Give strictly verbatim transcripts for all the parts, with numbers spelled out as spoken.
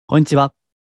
こんにちは。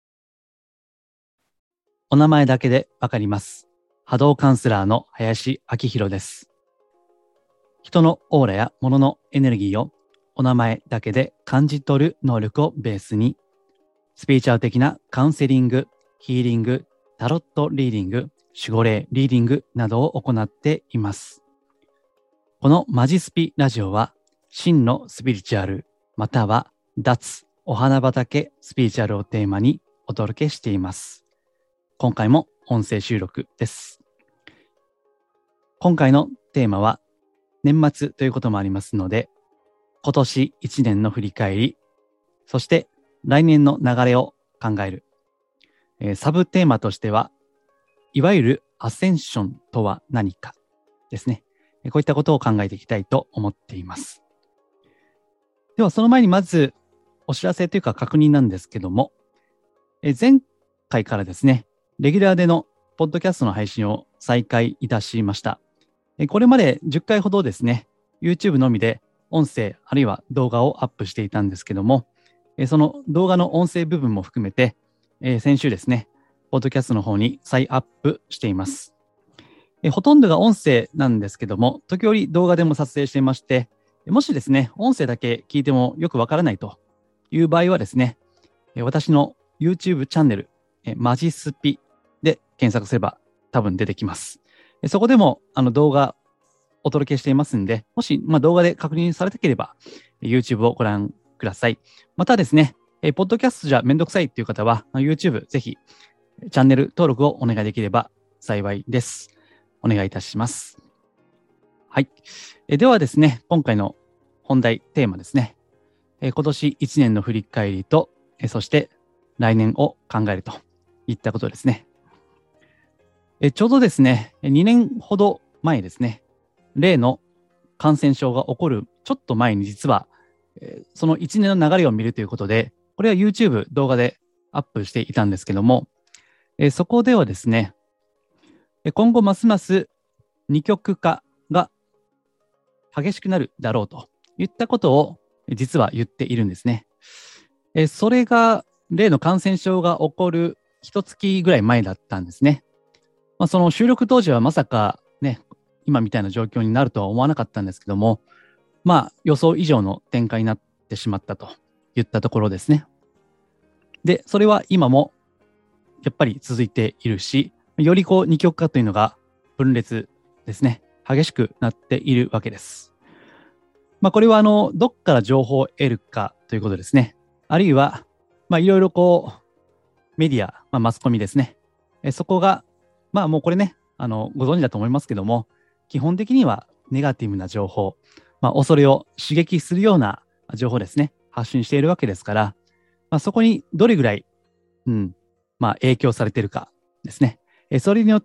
お名前だけでわかります。波動カウンセラーの林明宏です。人のオーラや物のエネルギーをお名前だけで感じ取る能力をベースに、スピリチュアル的なカウンセリング、ヒーリング、タロットリーディング、守護霊リーディングなどを行っています。このマジスピラジオは、真のスピリチュアル、または脱お花畑スピリチュアルをテーマにお届けしています。今回も音声収録です。今回のテーマは年末ということもありますので、今年いちねんの振り返り、そして来年の流れを考える。えー、サブテーマとしては、いわゆるアセンションとは何かですね。こういったことを考えていきたいと思っています。ではその前にまずお知らせというか確認なんですけども、えー、前回からですね、レギュラーでのポッドキャストの配信を再開いたしました。これまでじゅっかいほどですね、YouTube のみで音声あるいは動画をアップしていたんですけども、その動画の音声部分も含めて、先週ですね、ポッドキャストの方に再アップしています。ほとんどが音声なんですけども、時折動画でも撮影していまして、もしですね、音声だけ聞いてもよくわからないという場合はですね、私の YouTube チャンネル、マジスピで検索すれば多分出てきます。そこでもあの動画お届けしていますんで、もし、まあ、動画で確認されたければ YouTube をご覧ください。またですね、ポッドキャストじゃめんどくさいという方は YouTube ぜひチャンネル登録をお願いできれば幸いです。お願いいたします。はい。ではですね、今回の本題テーマですね。今年いちねんの振り返りと、そして来年を考えるといったことですね。えちょうどですね、にねんほど前ですね、例の感染症が起こるちょっと前に実は、えー、そのいちねんの流れを見るということで、これは YouTube 動画でアップしていたんですけども、えー、そこではですね、今後ますます二極化が激しくなるだろうといったことを実は言っているんですね。えー、それが例の感染症が起こる一月ぐらい前だったんですね。まあ、その収録当時はまさかね、今みたいな状況になるとは思わなかったんですけども、まあ予想以上の展開になってしまったといったところですね。で、それは今もやっぱり続いているし、よりこう二極化というのが分裂ですね、激しくなっているわけです。まあこれはあの、どっから情報を得るかということですね。あるいは、まあいろいろこう、メディア、まあ、マスコミですね。えそこが、まあもうこれね、あの、ご存知だと思いますけども、基本的にはネガティブな情報、まあ恐れを刺激するような情報ですね、発信しているわけですから、まあそこにどれぐらい、うん、まあ影響されているかですね。えそれによって、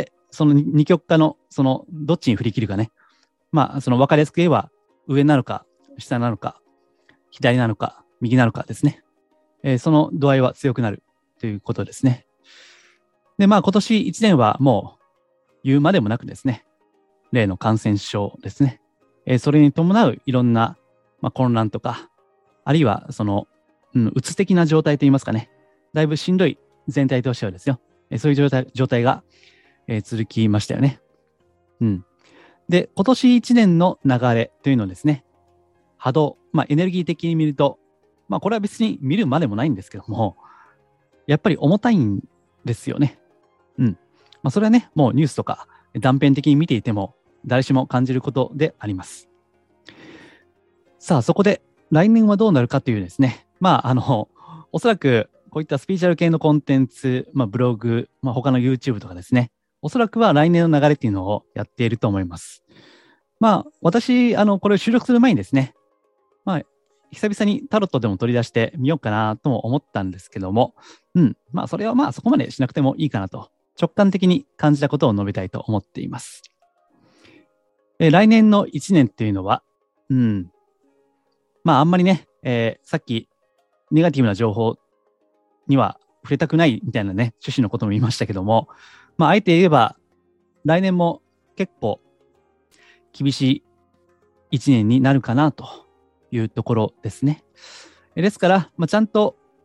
その二極化の、その、どっちに振り切るかね。まあ、その分かりやすく言えば、上なのか、下なのか、左なのか、右なのかですね。えその度合いは強くなるということですね。で、まあ今年いちねんはもう言うまでもなくですね、例の感染症ですね。えー、それに伴ういろんな、まあ、混乱とか、あるいはその、うん、うつ的な状態といいますかね、だいぶしんどい全体としてはですよ。えー、そういう状態状態が、えー、続きましたよね。うん。で、今年いちねんの流れというのをですね、波動、まあエネルギー的に見ると、まあこれは別に見るまでもないんですけども、やっぱり重たいんですよね。うん。まあ、それはね、もうニュースとか断片的に見ていても誰しも感じることであります。さあ、そこで来年はどうなるかというですね、まあ、あの、おそらくこういったスピーチャル系のコンテンツ、まあ、ブログ、まあ、他の YouTube とかですね、おそらくは来年の流れっていうのをやっていると思います。まあ、私、あの、これを収録する前にですね、まあ、久々にタロットでも取り出してみようかなとも思ったんですけども、うん、まあ、それはまあ、そこまでしなくてもいいかなと、直感的に感じたことを述べたいと思っています。えー、来年のいちねんっていうのは、うん、まあ、あんまりね、えー、さっき、ネガティブな情報には触れたくないみたいなね、趣旨のことも言いましたけども、まあ、あえて言えば、来年も結構厳しいいちねんになるかなというところですね。ですから、まあ、ちゃんと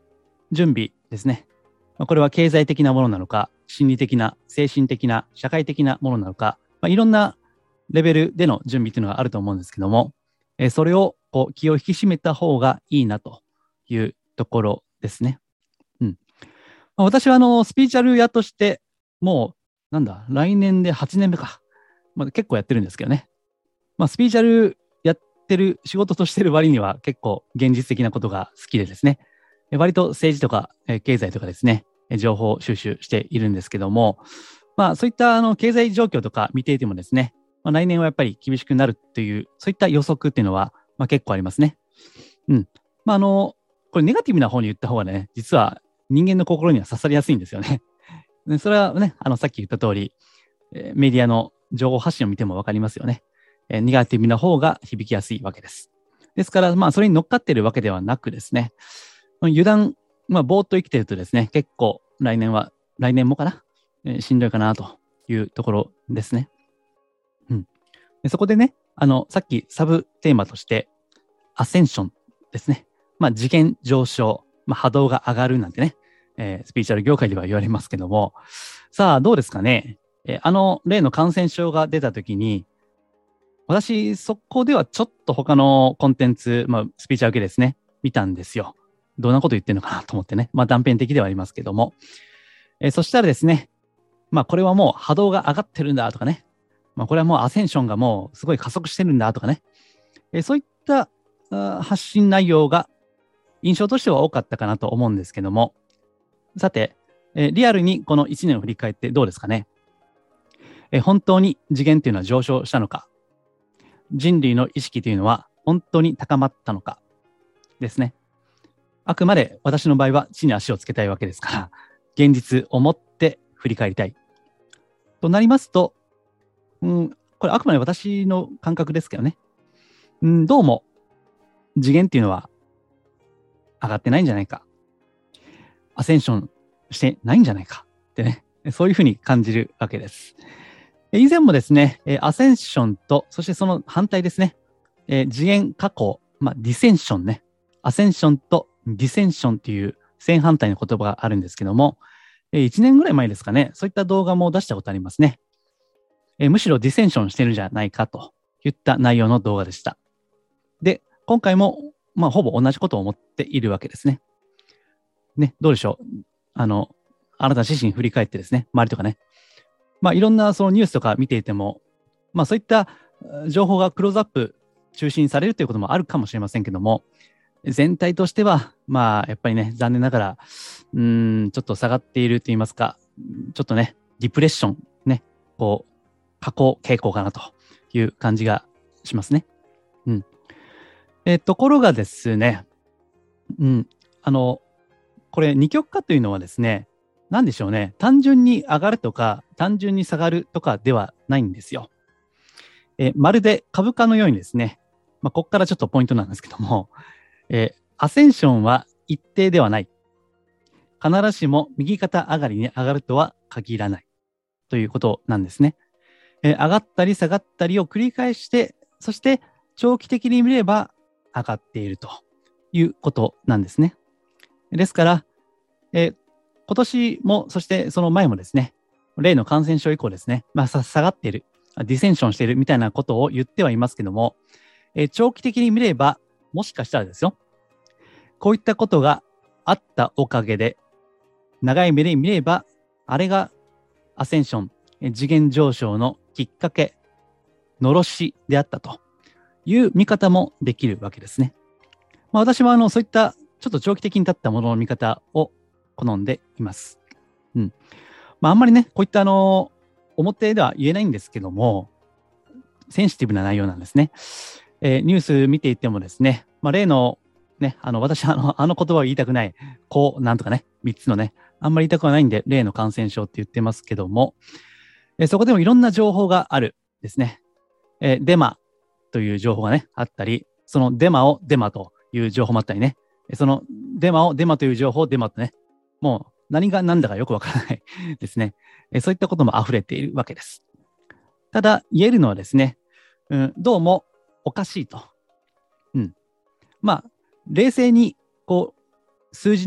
準備ですね。まあ、これは経済的なものなのか、心理的な、精神的な、社会的なものなのか、まあ、いろんなレベルでの準備というのがあると思うんですけども、えーそれをこう気を引き締めた方がいいなというところですね。うん。まあ、私はあの、スピーチャル屋として、もう、なんだ、来年ではちねんめか。まあ、結構やってるんですけどね。まあ、スピーチャルやってる、仕事としてる割には結構現実的なことが好きでですね。え割と政治とか、えー経済とかですね、え情報収集しているんですけども、まあ、そういったあの経済状況とか見ていてもですね、まあ、来年はやっぱり厳しくなるっていう、そういった予測っていうのは、まあ、結構ありますね。うん。まあ、あの、これネガティブな方に言った方がね、実は人間の心には刺さりやすいんですよね。でそれはね、あの、さっき言った通り、えーメディアの情報発信を見てもわかりますよね。えーネガティブな方が響きやすいわけです。ですから、まあ、それに乗っかっているわけではなくですね、油断、まあ、ぼーっと生きているとですね、結構来年は、来年もかな、えーしんどいかなというところですね。うん。でそこでね、あの、さっきサブテーマとして、アセンションですね。まあ、次元上昇、まあ、波動が上がるなんてね、えースピーチャル業界では言われますけども、さあ、どうですかね。えーあの、例の感染症が出たときに、私、そこではちょっと他のコンテンツ、まあ、スピーチャル系ですね、見たんですよ。どんなこと言ってるのかなと思ってね。まあ、断片的ではありますけども。えーそしたらですね、まあ、これはもう波動が上がってるんだとかね。まあ、これはもうアセンションがもうすごい加速してるんだとかね。えーそういったあー発信内容が印象としては多かったかなと思うんですけども、さて、えーリアルにこのいちねんを振り返ってどうですかね。えー本当に次元というのは上昇したのか、人類の意識というのは本当に高まったのかですね。あくまで私の場合は地に足をつけたいわけですから、現実をもって振り返りたい。となりますと、うん、これあくまで私の感覚ですけどね、うん、どうも次元っていうのは上がってないんじゃないか。アセンションしてないんじゃないかってね、そういうふうに感じるわけです。以前もですね、アセンションと、そしてその反対ですね、次元下降、まあ、ディセンションね、アセンションとディセンションっていう正反対の言葉があるんですけども、いちねんぐらい前ですかね、そういった動画も出したことありますね。むしろディセンションしてるんじゃないかといった内容の動画でした。で、今回も、まあ、ほぼ同じことを思っているわけですね。ね、どうでしょう。あの、あなた自身振り返ってですね、周りとかね、まあ、いろんなそのニュースとか見ていても、まあ、そういった情報がクローズアップ中心されるということもあるかもしれませんけども、全体としては、まあ、やっぱりね、残念ながら、うーん、ちょっと下がっていると言いますか、ちょっとね、ディプレッション、ね、こう、下降傾向かなという感じがしますね。うん。えーところがですね、うん、あの、これ二極化というのはですね、なんでしょうね、単純に上がるとか、単純に下がるとかではないんですよ。えーまるで株価のようにですね、まあ、ここからちょっとポイントなんですけども、えーアセンションは一定ではない。必ずしも右肩上がりに上がるとは限らないということなんですね。えー上がったり下がったりを繰り返して、そして長期的に見れば上がっているということなんですね。ですから、えー今年も、そしてその前もですね、例の感染症以降ですね、まあ、さ下がっている、ディセンションしているみたいなことを言ってはいますけども、えー長期的に見れば、もしかしたらですよ、こういったことがあったおかげで、長い目で見れば、あれがアセンション、えー次元上昇のきっかけ、のろしであったという見方もできるわけですね。まあ、私はあのそういったちょっと長期的に立ったものの見方を好んでいます。うん。まあ、あんまりね、こういったあの、表では言えないんですけども、センシティブな内容なんですね。えーニュース見ていてもですね、まあ、例の、ね、あの、私、あの、あの言葉を言いたくない、こう、なんとかね、みっつのね、あんまり言いたくはないんで、例の感染症って言ってますけども、えーそこでもいろんな情報があるですね。えーデマという情報がね、あったり、そのデマをデマという情報もあったりね、そのデマをデマという情報をデマとね、もう何が何だかよくわからないですね。えそういったことも溢れているわけです。ただ言えるのはですね、うん、どうもおかしいと。うん。まあ、冷静にこう数字ね、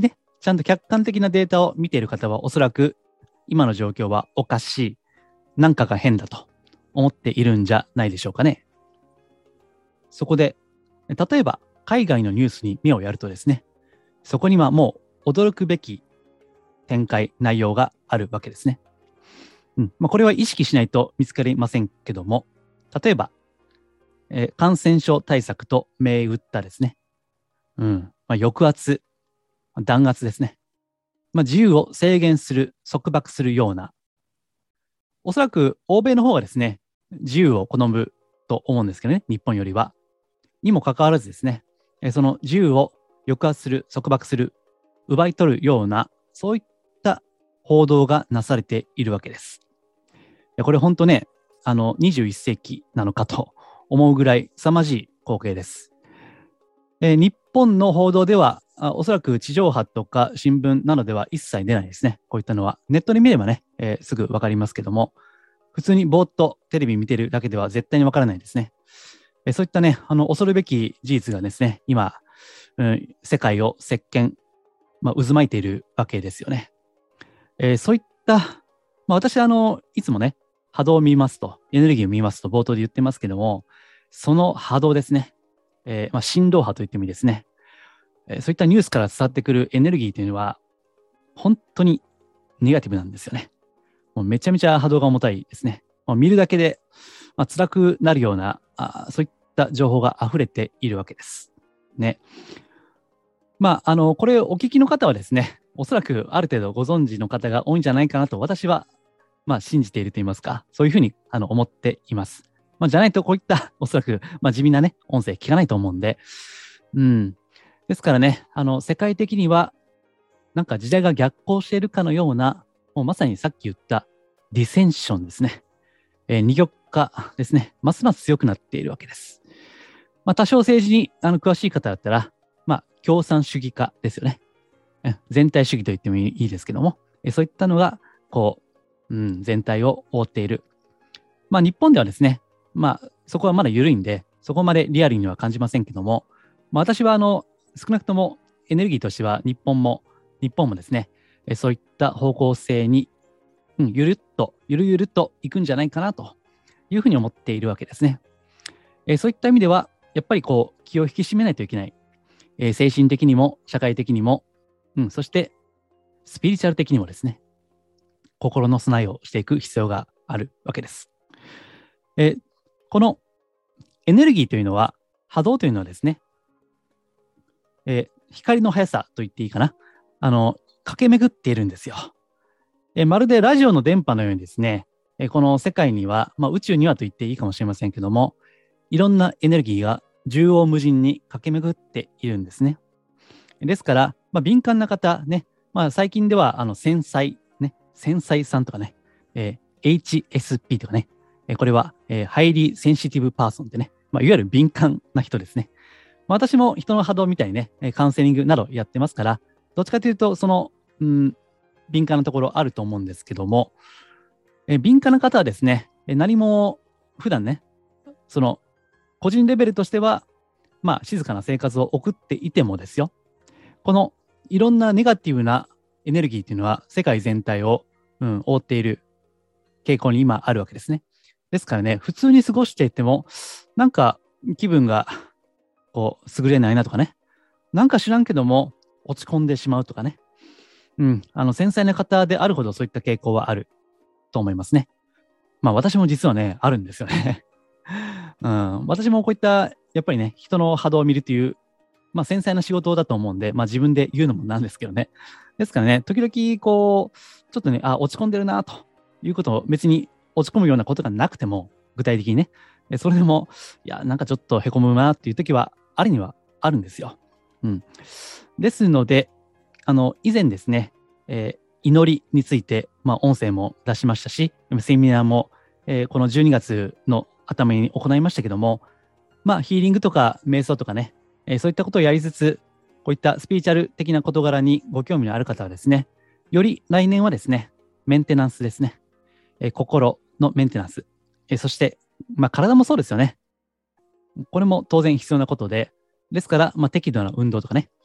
ちゃんと客観的なデータを見ている方はおそらく今の状況はおかしい、なんかが変だと思っているんじゃないでしょうかね。そこで、例えば海外のニュースに目をやるとですね、そこにはもう驚くべき展開、内容があるわけですね。うんまあ、これは意識しないと見つかりませんけども、例えば、えー感染症対策と銘打ったですね、うんまあ、抑圧、弾圧ですね、まあ、自由を制限する、束縛するような、おそらく欧米の方がですね、自由を好むと思うんですけどね、日本よりは。にもかかわらずですね、えーその自由を抑圧する、束縛する、奪い取るような、そういった報道がなされているわけです。いやこれ本当ね、あのにじゅういっ世紀なのかと思うぐらい凄まじい光景です。えー日本の報道ではあ、おそらく地上波とか新聞などでは一切出ないですね。こういったのは。ネットで見ればね、えーすぐわかりますけども、普通にぼーっとテレビ見てるだけでは絶対にわからないですね。えーそういったね、あの恐るべき事実がですね、今、うん、世界を席巻、まあ、渦巻いているわけですよね。えーそういった、まあ、私あの、いつもね、波動を見ますと、エネルギーを見ますと冒頭で言ってますけども、その波動ですね、えーまあ、振動波といってもいいですね、えーそういったニュースから伝わってくるエネルギーというのは、本当にネガティブなんですよね。もうめちゃめちゃ波動が重たいですね。もう見るだけで、まあ、辛くなるようなあ、そういった情報が溢れているわけです。ね。まあ、あの、これをお聞きの方はですね、おそらくある程度ご存知の方が多いんじゃないかなと私は、まあ、信じていると言いますか、そういうふうにあの思っています。まあ、じゃないとこういったおそらく、まあ、地味なね、音声聞かないと思うんで、うん。ですからね、あの、世界的には、なんか時代が逆行しているかのような、もうまさにさっき言ったディセンションですね。えー二極化ですね。ますます強くなっているわけです。まあ、多少政治にあの詳しい方だったら、まあ、共産主義化ですよね。え全体主義と言ってもいいですけども、えそういったのが、こう、うん、全体を覆っている。まあ、日本ではですね、まあ、そこはまだ緩いんで、そこまでリアルには感じませんけども、まあ、私は、あの、少なくともエネルギーとしては日本も、日本もですね、えそういった方向性に、うん、ゆるっと、ゆるゆるといくんじゃないかなというふうに思っているわけですね。えそういった意味では、やっぱりこう、気を引き締めないといけない。えー精神的にも、社会的にも、うん、そしてスピリチュアル的にもですね、心の備えをしていく必要があるわけです。えーこのエネルギーというのは、波動というのはですね、えー光の速さと言っていいかな、あの、駆け巡っているんですよ。えーまるでラジオの電波のようにですね、えーこの世界には、まあ、宇宙にはと言っていいかもしれませんけども、いろんなエネルギーが縦横無尽に駆け巡っているんですね。ですから、まあ、敏感な方ね、まあ、最近ではあの繊細、ね、繊細さんとかね、えー エイチエスピー とかね、えーこれは、えー、ハイリーセンシティブパーソンってね、まあ、いわゆる敏感な人ですね。まあ、私も人の波動みたいにね、えーカウンセリングなどやってますから、どっちかというと、その、うん、敏感なところあると思うんですけども、えー敏感な方はですね、えー何も普段ね、その個人レベルとしては、まあ、静かな生活を送っていてもですよ、このいろんなネガティブなエネルギーっていうのは世界全体を、うん、覆っている傾向に今あるわけですね。ですからね、普通に過ごしていても、なんか気分がこう優れないなとかね、なんか知らんけども落ち込んでしまうとかね、うん、あの繊細な方であるほどそういった傾向はあると思いますね。まあ私も実はね、あるんですよね。うん、私もこういったやっぱりね、人の波動を見るという、まあ、繊細な仕事だと思うんで、まあ、自分で言うのもなんですけどね。ですからね、時々こう、ちょっとね、あ、落ち込んでるなということを別に落ち込むようなことがなくても、具体的にね、えそれでも、いや、なんかちょっとへこむなっていう時は、あるにはあるんですよ。うん。ですので、あの、以前ですね、えー祈りについて、まあ、音声も出しましたし、セミナーも、えーこのじゅうにがつの頭に行いましたけども、まあ、ヒーリングとか瞑想とかね、えーそういったことをやりつつ、こういったスピリチュアル的な事柄にご興味のある方はですね、より来年はですね、メンテナンスですね、えー心のメンテナンス、えーそして、まあ、体もそうですよね。これも当然必要なことで、ですから、まあ、適度な運動とかね、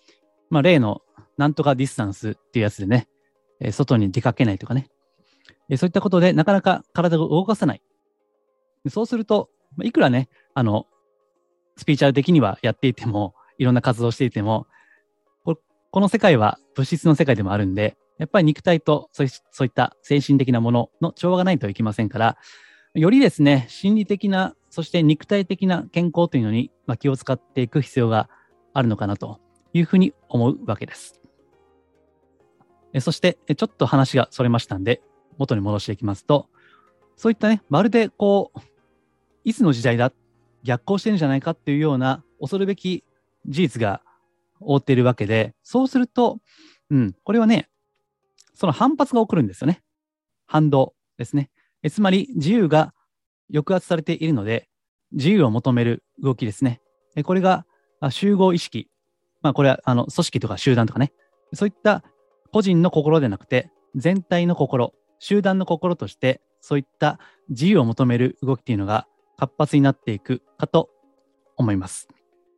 まあ、例のなんとかディスタンスっていうやつでね、えー外に出かけないとかね、えーそういったことでなかなか体を動かさない。そうすると、まあいくらね、あの、スピーチャル的にはやっていても、いろんな活動をしていても、ここの世界は物質の世界でもあるんで、やっぱり肉体とそういそういった精神的なものの調和がないといけませんから、よりですね、心理的な、そして肉体的な健康というのに、まあ、気を使っていく必要があるのかなというふうに思うわけです。えそして、えちょっと話がそれましたんで、元に戻していきますと、そういったね、まるでこう、いつの時代だ、逆行してるんじゃないかっていうような恐るべき事実が覆っているわけで、そうすると、うん、これはね、その反発が起こるんですよね。反動ですね。えつまり自由が抑圧されているので、自由を求める動きですね。えこれがあ集合意識。まあこれはあの組織とか集団とかね。そういった個人の心でなくて、全体の心、集団の心として、そういった自由を求める動きっていうのが活発になっていくかと思います。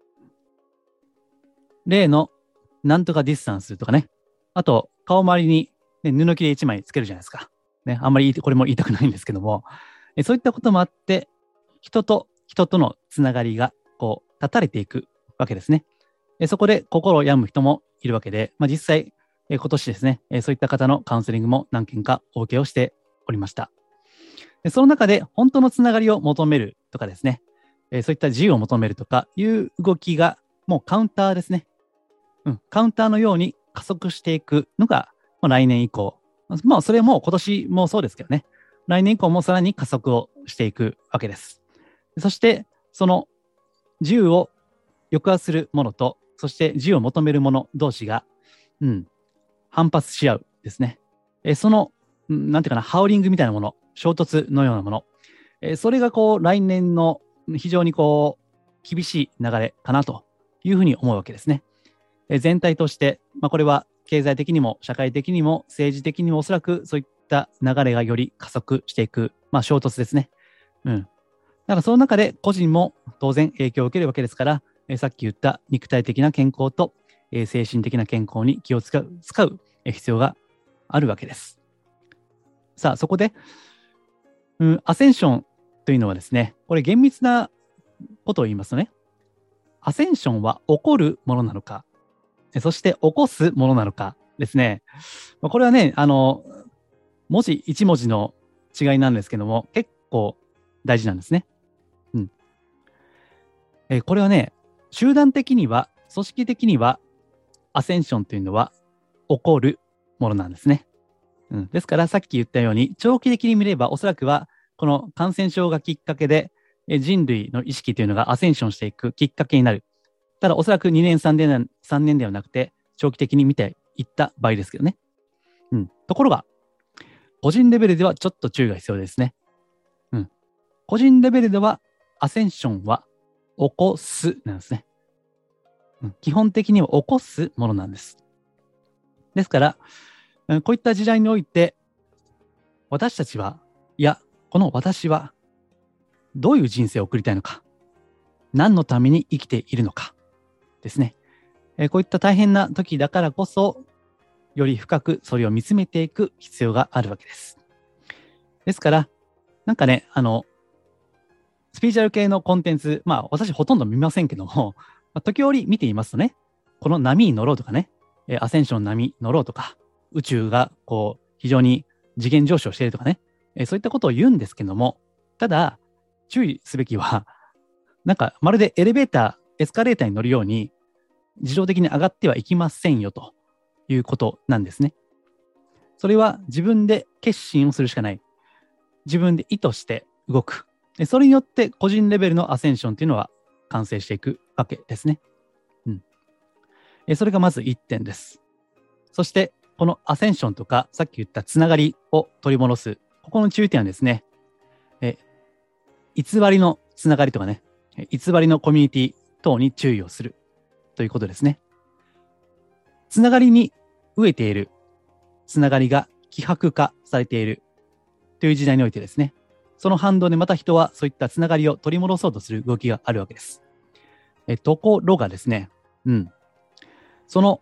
例のなんとかディスタンスとかね。あと、顔周りに、ね、布切れいちまいつけるじゃないですか。ね、あんまりこれも言いたくないんですけども、えそういったこともあって、人と人とのつながりがこう断たれていくわけですね。えそこで心を病む人もいるわけで、まあ、実際、え今年ですね、えそういった方のカウンセリングも何件かお受けをしておりました。でその中で本当のつながりを求めるとかですね、えそういった自由を求めるとかいう動きがもうカウンターですね。うん、カウンターのように加速していくのが、まあ、来年以降、まあ、それも今年もそうですけどね、来年以降もさらに加速をしていくわけです。そして、その自由を抑圧するものと、そして自由を求めるもの同士が、うん、反発し合うですね。えその、なんていうかな、ハウリングみたいなもの、衝突のようなもの、えそれがこう、来年の非常にこう、厳しい流れかなというふうに思うわけですね。え全体として、まあ、これは経済的にも社会的にも政治的にもおそらくそういった流れがより加速していく、まあ、衝突ですね。うん。だからその中で個人も当然影響を受けるわけですから、えさっき言った肉体的な健康と、え精神的な健康に気を使う、使う必要があるわけです。さあ、そこで、うん、アセンションというのはですね、これ厳密なことを言いますとね、アセンションは起こるものなのか、そして起こすものなのかですね。これはね、あの、文字一文字の違いなんですけども、結構大事なんですね。うん。えこれはね、集団的には、組織的には、アセンションというのは起こるものなんですね。うん、ですから、さっき言ったように、長期的に見れば、おそらくは、この感染症がきっかけで、え人類の意識というのがアセンションしていくきっかけになる。ただ、おそらくにねん、さんねん、さんねんではなくて、長期的に見ていった場合ですけどね。うん。ところが、個人レベルではちょっと注意が必要ですね。うん。個人レベルでは、アセンションは起こすなんですね。うん、基本的には起こすものなんです。ですから、うん、こういった時代において、私たちは、いや、この私は、どういう人生を送りたいのか、何のために生きているのか、ですね。えーこういった大変な時だからこそ、より深くそれを見つめていく必要があるわけです。ですから、なんかね、あの、スピーチャル系のコンテンツ、まあ私ほとんど見ませんけども、まあ時折見ていますとね、この波に乗ろうとかね、えーアセンションの波に乗ろうとか、宇宙がこう非常に次元上昇しているとかね、えーそういったことを言うんですけども、ただ注意すべきは、なんかまるでエレベーター、エスカレーターに乗るように自動的に上がってはいきませんよということなんですね。それは自分で決心をするしかない。自分で意図して動く。それによって個人レベルのアセンションというのは完成していくわけですね。うん。それがまずいってんです。そして、このアセンションとか、さっき言ったつながりを取り戻す。ここの注意点はですね、え偽りのつながりとかね、偽りのコミュニティ等に注意をするということですね。つながりに飢えている、つながりが希薄化されているという時代においてですね、その反動でまた人はそういったつながりを取り戻そうとする動きがあるわけです。えところがですね、うん、その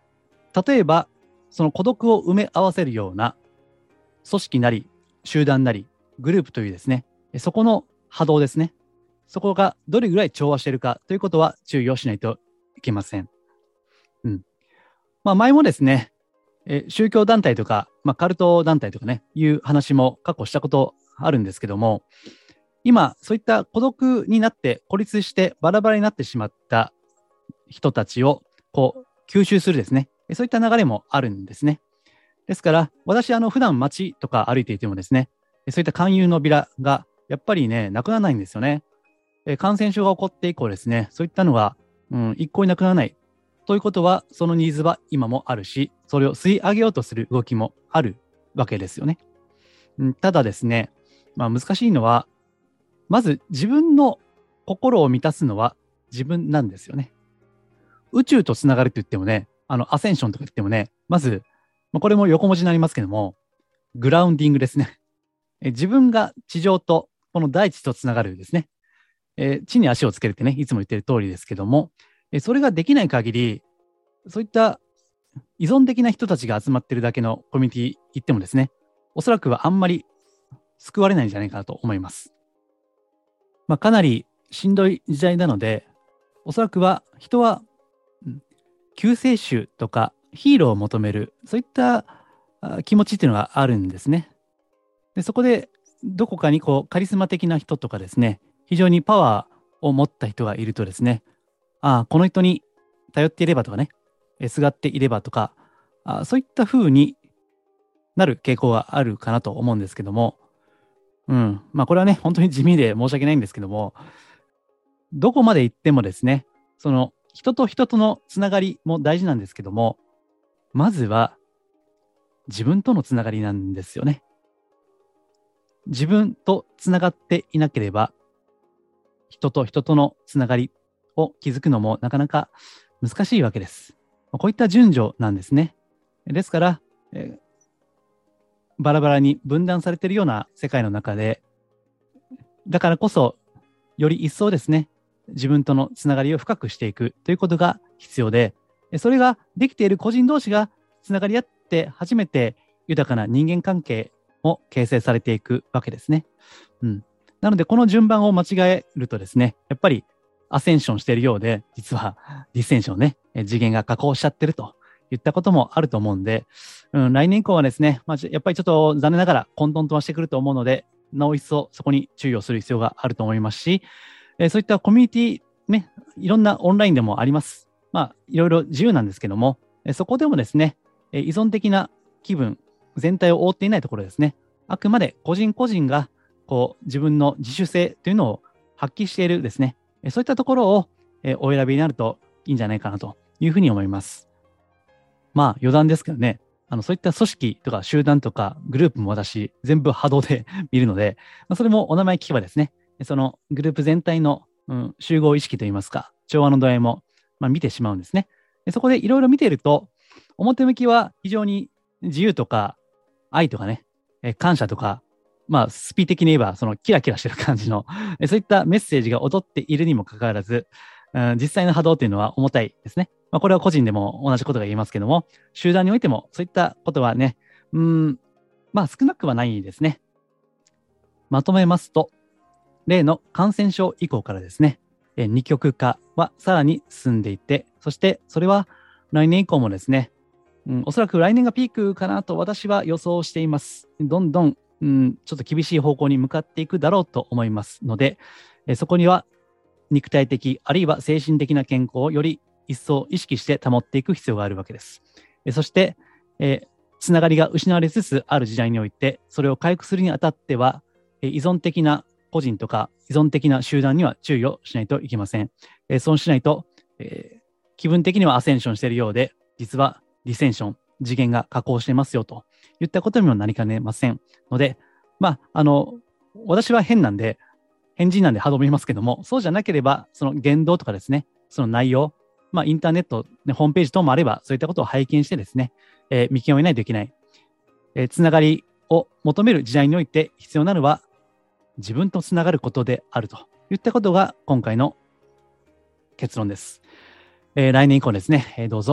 例えば、その孤独を埋め合わせるような組織なり、集団なり、グループというですね、そこの波動ですね。そこがどれぐらい調和しているかということは注意をしないといけません。うん。まあ、前もですね、え宗教団体とか、まあ、カルト団体とかね、いう話も過去したことあるんですけども、今、そういった孤独になって孤立してバラバラになってしまった人たちをこう吸収するですね、そういった流れもあるんですね。ですから、私、あの普段街とか歩いていてもですね、そういった勧誘のビラがやっぱりね、なくならないんですよね。感染症が起こって以降ですね、そういったのが、うん、一向になくならない。ということは、そのニーズは今もあるし、それを吸い上げようとする動きもあるわけですよね。うん、ただですね、まあ、難しいのは、まず自分の心を満たすのは自分なんですよね。宇宙とつながると言ってもね、あのアセンションとか言ってもね、まず、まあ、これも横文字になりますけども、グラウンディングですね。え自分が地上とこの大地とつながるですね。えー地に足をつけるってね、いつも言ってる通りですけども、えそれができない限り、そういった依存的な人たちが集まってるだけのコミュニティ行ってもですね、おそらくはあんまり救われないんじゃないかなと思います。まあ、かなりしんどい時代なので、おそらくは人は、うん、救世主とかヒーローを求める、そういったあ気持ちっていうのがあるんですね。で、そこでどこかにこうカリスマ的な人とかですね、非常にパワーを持った人がいるとですね、ああ、この人に頼っていればとかね、えすがっていればとか、あそういった風になる傾向があるかなと思うんですけども、うん、まあこれはね、本当に地味で申し訳ないんですけども、どこまで行ってもですね、その人と人とのつながりも大事なんですけども、まずは自分とのつながりなんですよね。自分とつながっていなければ、人と人とのつながりを築くのもなかなか難しいわけです。こういった順序なんですね。ですから、えーバラバラに分断されているような世界の中で、だからこそ、より一層ですね、自分とのつながりを深くしていくということが必要で、それができている個人同士がつながり合って初めて豊かな人間関係も形成されていくわけですね。うん。なので、この順番を間違えるとですね、やっぱりアセンションしているようで、実はディセンションね、次元が下降しちゃってるといったこともあると思うんで、うん、来年以降はですね、まあ、やっぱりちょっと残念ながら混沌とはしてくると思うので、なお一層そこに注意をする必要があると思いますし、えーそういったコミュニティね、いろんなオンラインでもあります。まあ、いろいろ自由なんですけども、えーそこでもですね、えー依存的な気分、全体を覆っていないところですね、あくまで個人個人がこう自分の自主性というのを発揮しているですね、えーそういったところを、えーお選びになるといいんじゃないかなというふうに思います。まあ余談ですけどね、あのそういった組織とか集団とかグループも私、全部波動で見るので、まあ、それもお名前聞けばですね、そのグループ全体の、うん、集合意識といいますか、調和の度合いも、まあ、見てしまうんですね。でそこでいろいろ見ていると、表向きは非常に自由とか愛とかね、え感謝とか、まあ、スピ的に言えば、そのキラキラしてる感じの、えそういったメッセージが踊っているにもかかわらず、うん、実際の波動というのは重たいですね。まあ、これは個人でも同じことが言えますけども、集団においてもそういったことはね、うん、まあ少なくはないですね。まとめますと、例の感染症以降からですね、え二極化はさらに進んでいて、そしてそれは来年以降もですね、うん、おそらく来年がピークかなと私は予想しています。どんどん、うん、ちょっと厳しい方向に向かっていくだろうと思いますので、えそこには肉体的あるいは精神的な健康をより一層意識して保っていく必要があるわけです。えそして、えー、つながりが失われつつある時代において、それを回復するにあたっては、えー、依存的な個人とか依存的な集団には注意をしないといけません。えー、そうしないと、えー、気分的にはアセンションしているようで、実はディセンション、次元が下降していますよといったことにもなりかねませんので、まあ、あの、私は変なんで、変人なんで波動見ますけども、そうじゃなければ、その言動とかですね、その内容、まあ、インターネット、ね、ホームページ等もあれば、そういったことを拝見してですね、えー見極めないといけない。えーつながりを求める時代において必要なのは、自分とつながることであるといったことが今回の結論です。えー来年以降ですね、えーどうぞ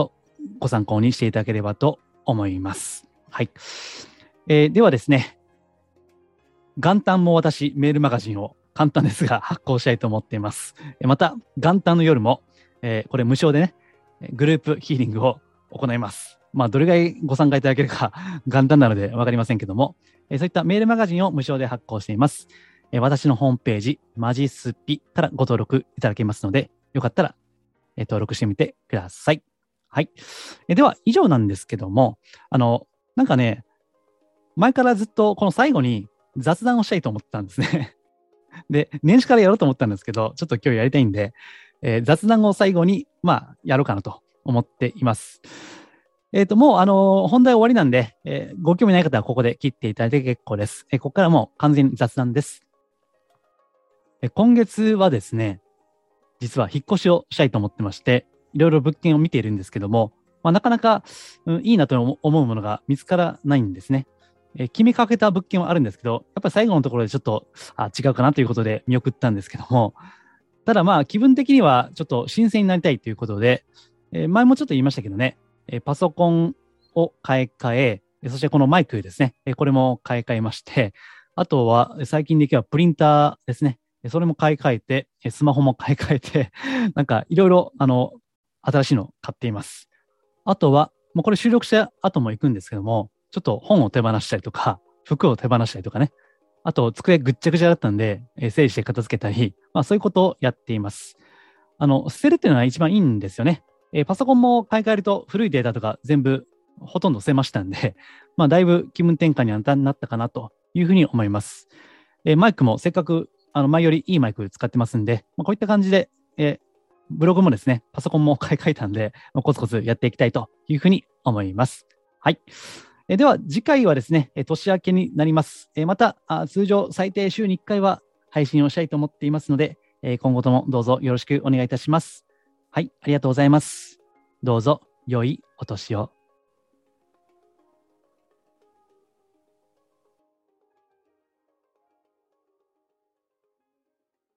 ご参考にしていただければと思います。はい。えー、ではですね、元旦も私、メールマガジンを簡単ですが発行したいと思っています。また、元旦の夜も、えー、これ無償でね、グループヒーリングを行います。まあ、どれぐらいご参加いただけるか元旦なので分かりませんけども、えー、そういったメールマガジンを無償で発行しています。えー、私のホームページ、マジスピからご登録いただけますので、よかったら、えー、登録してみてください。はい。えー、では、以上なんですけども、あの、なんかね、前からずっとこの最後に雑談をしたいと思ってたんですね。で、年始からやろうと思ったんですけど、ちょっと今日やりたいんで、えー、雑談を最後に、まあ、やろうかなと思っています。えっと、もう、あのー、本題終わりなんで、えー、ご興味ない方はここで切っていただいて結構です。えー、ここからもう完全に雑談です。えー、今月はですね、実は引っ越しをしたいと思ってまして、いろいろ物件を見ているんですけども、まあ、なかなか、うん、いいなと思うものが見つからないんですね。えー、決めかけた物件はあるんですけど、やっぱり最後のところでちょっとあ違うかなということで見送ったんですけども、ただまあ気分的にはちょっと新鮮になりたいということで、えー、前もちょっと言いましたけどね、えー、パソコンを買い替え、そしてこのマイクですね、えー、これも買い替えまして、あとは最近できればプリンターですね、それも買い替えて、スマホも買い替えて、なんかいろいろあの新しいの買っています。あとは、もうこれ収録した後も行くんですけども、ちょっと本を手放したりとか、服を手放したりとかね。あと、机ぐっちゃぐちゃだったんで、えー、整理して片付けたり、まあそういうことをやっています。あの、捨てるっていうのは一番いいんですよね。えー、パソコンも買い替えると古いデータとか全部ほとんど捨てましたんで、まあだいぶ気分転換にはなったかなというふうに思います。えー、マイクもせっかくあの前よりいいマイク使ってますんで、まあ、こういった感じで、えー、ブログもですね、パソコンも買い替えたんで、まあ、コツコツやっていきたいというふうに思います。はい。えでは、次回はですね、年明けになります。えまたあ、通常最低週にいっかいは配信をしたいと思っていますので、え今後ともどうぞよろしくお願いいたします。はい、ありがとうございます。どうぞ良いお年を。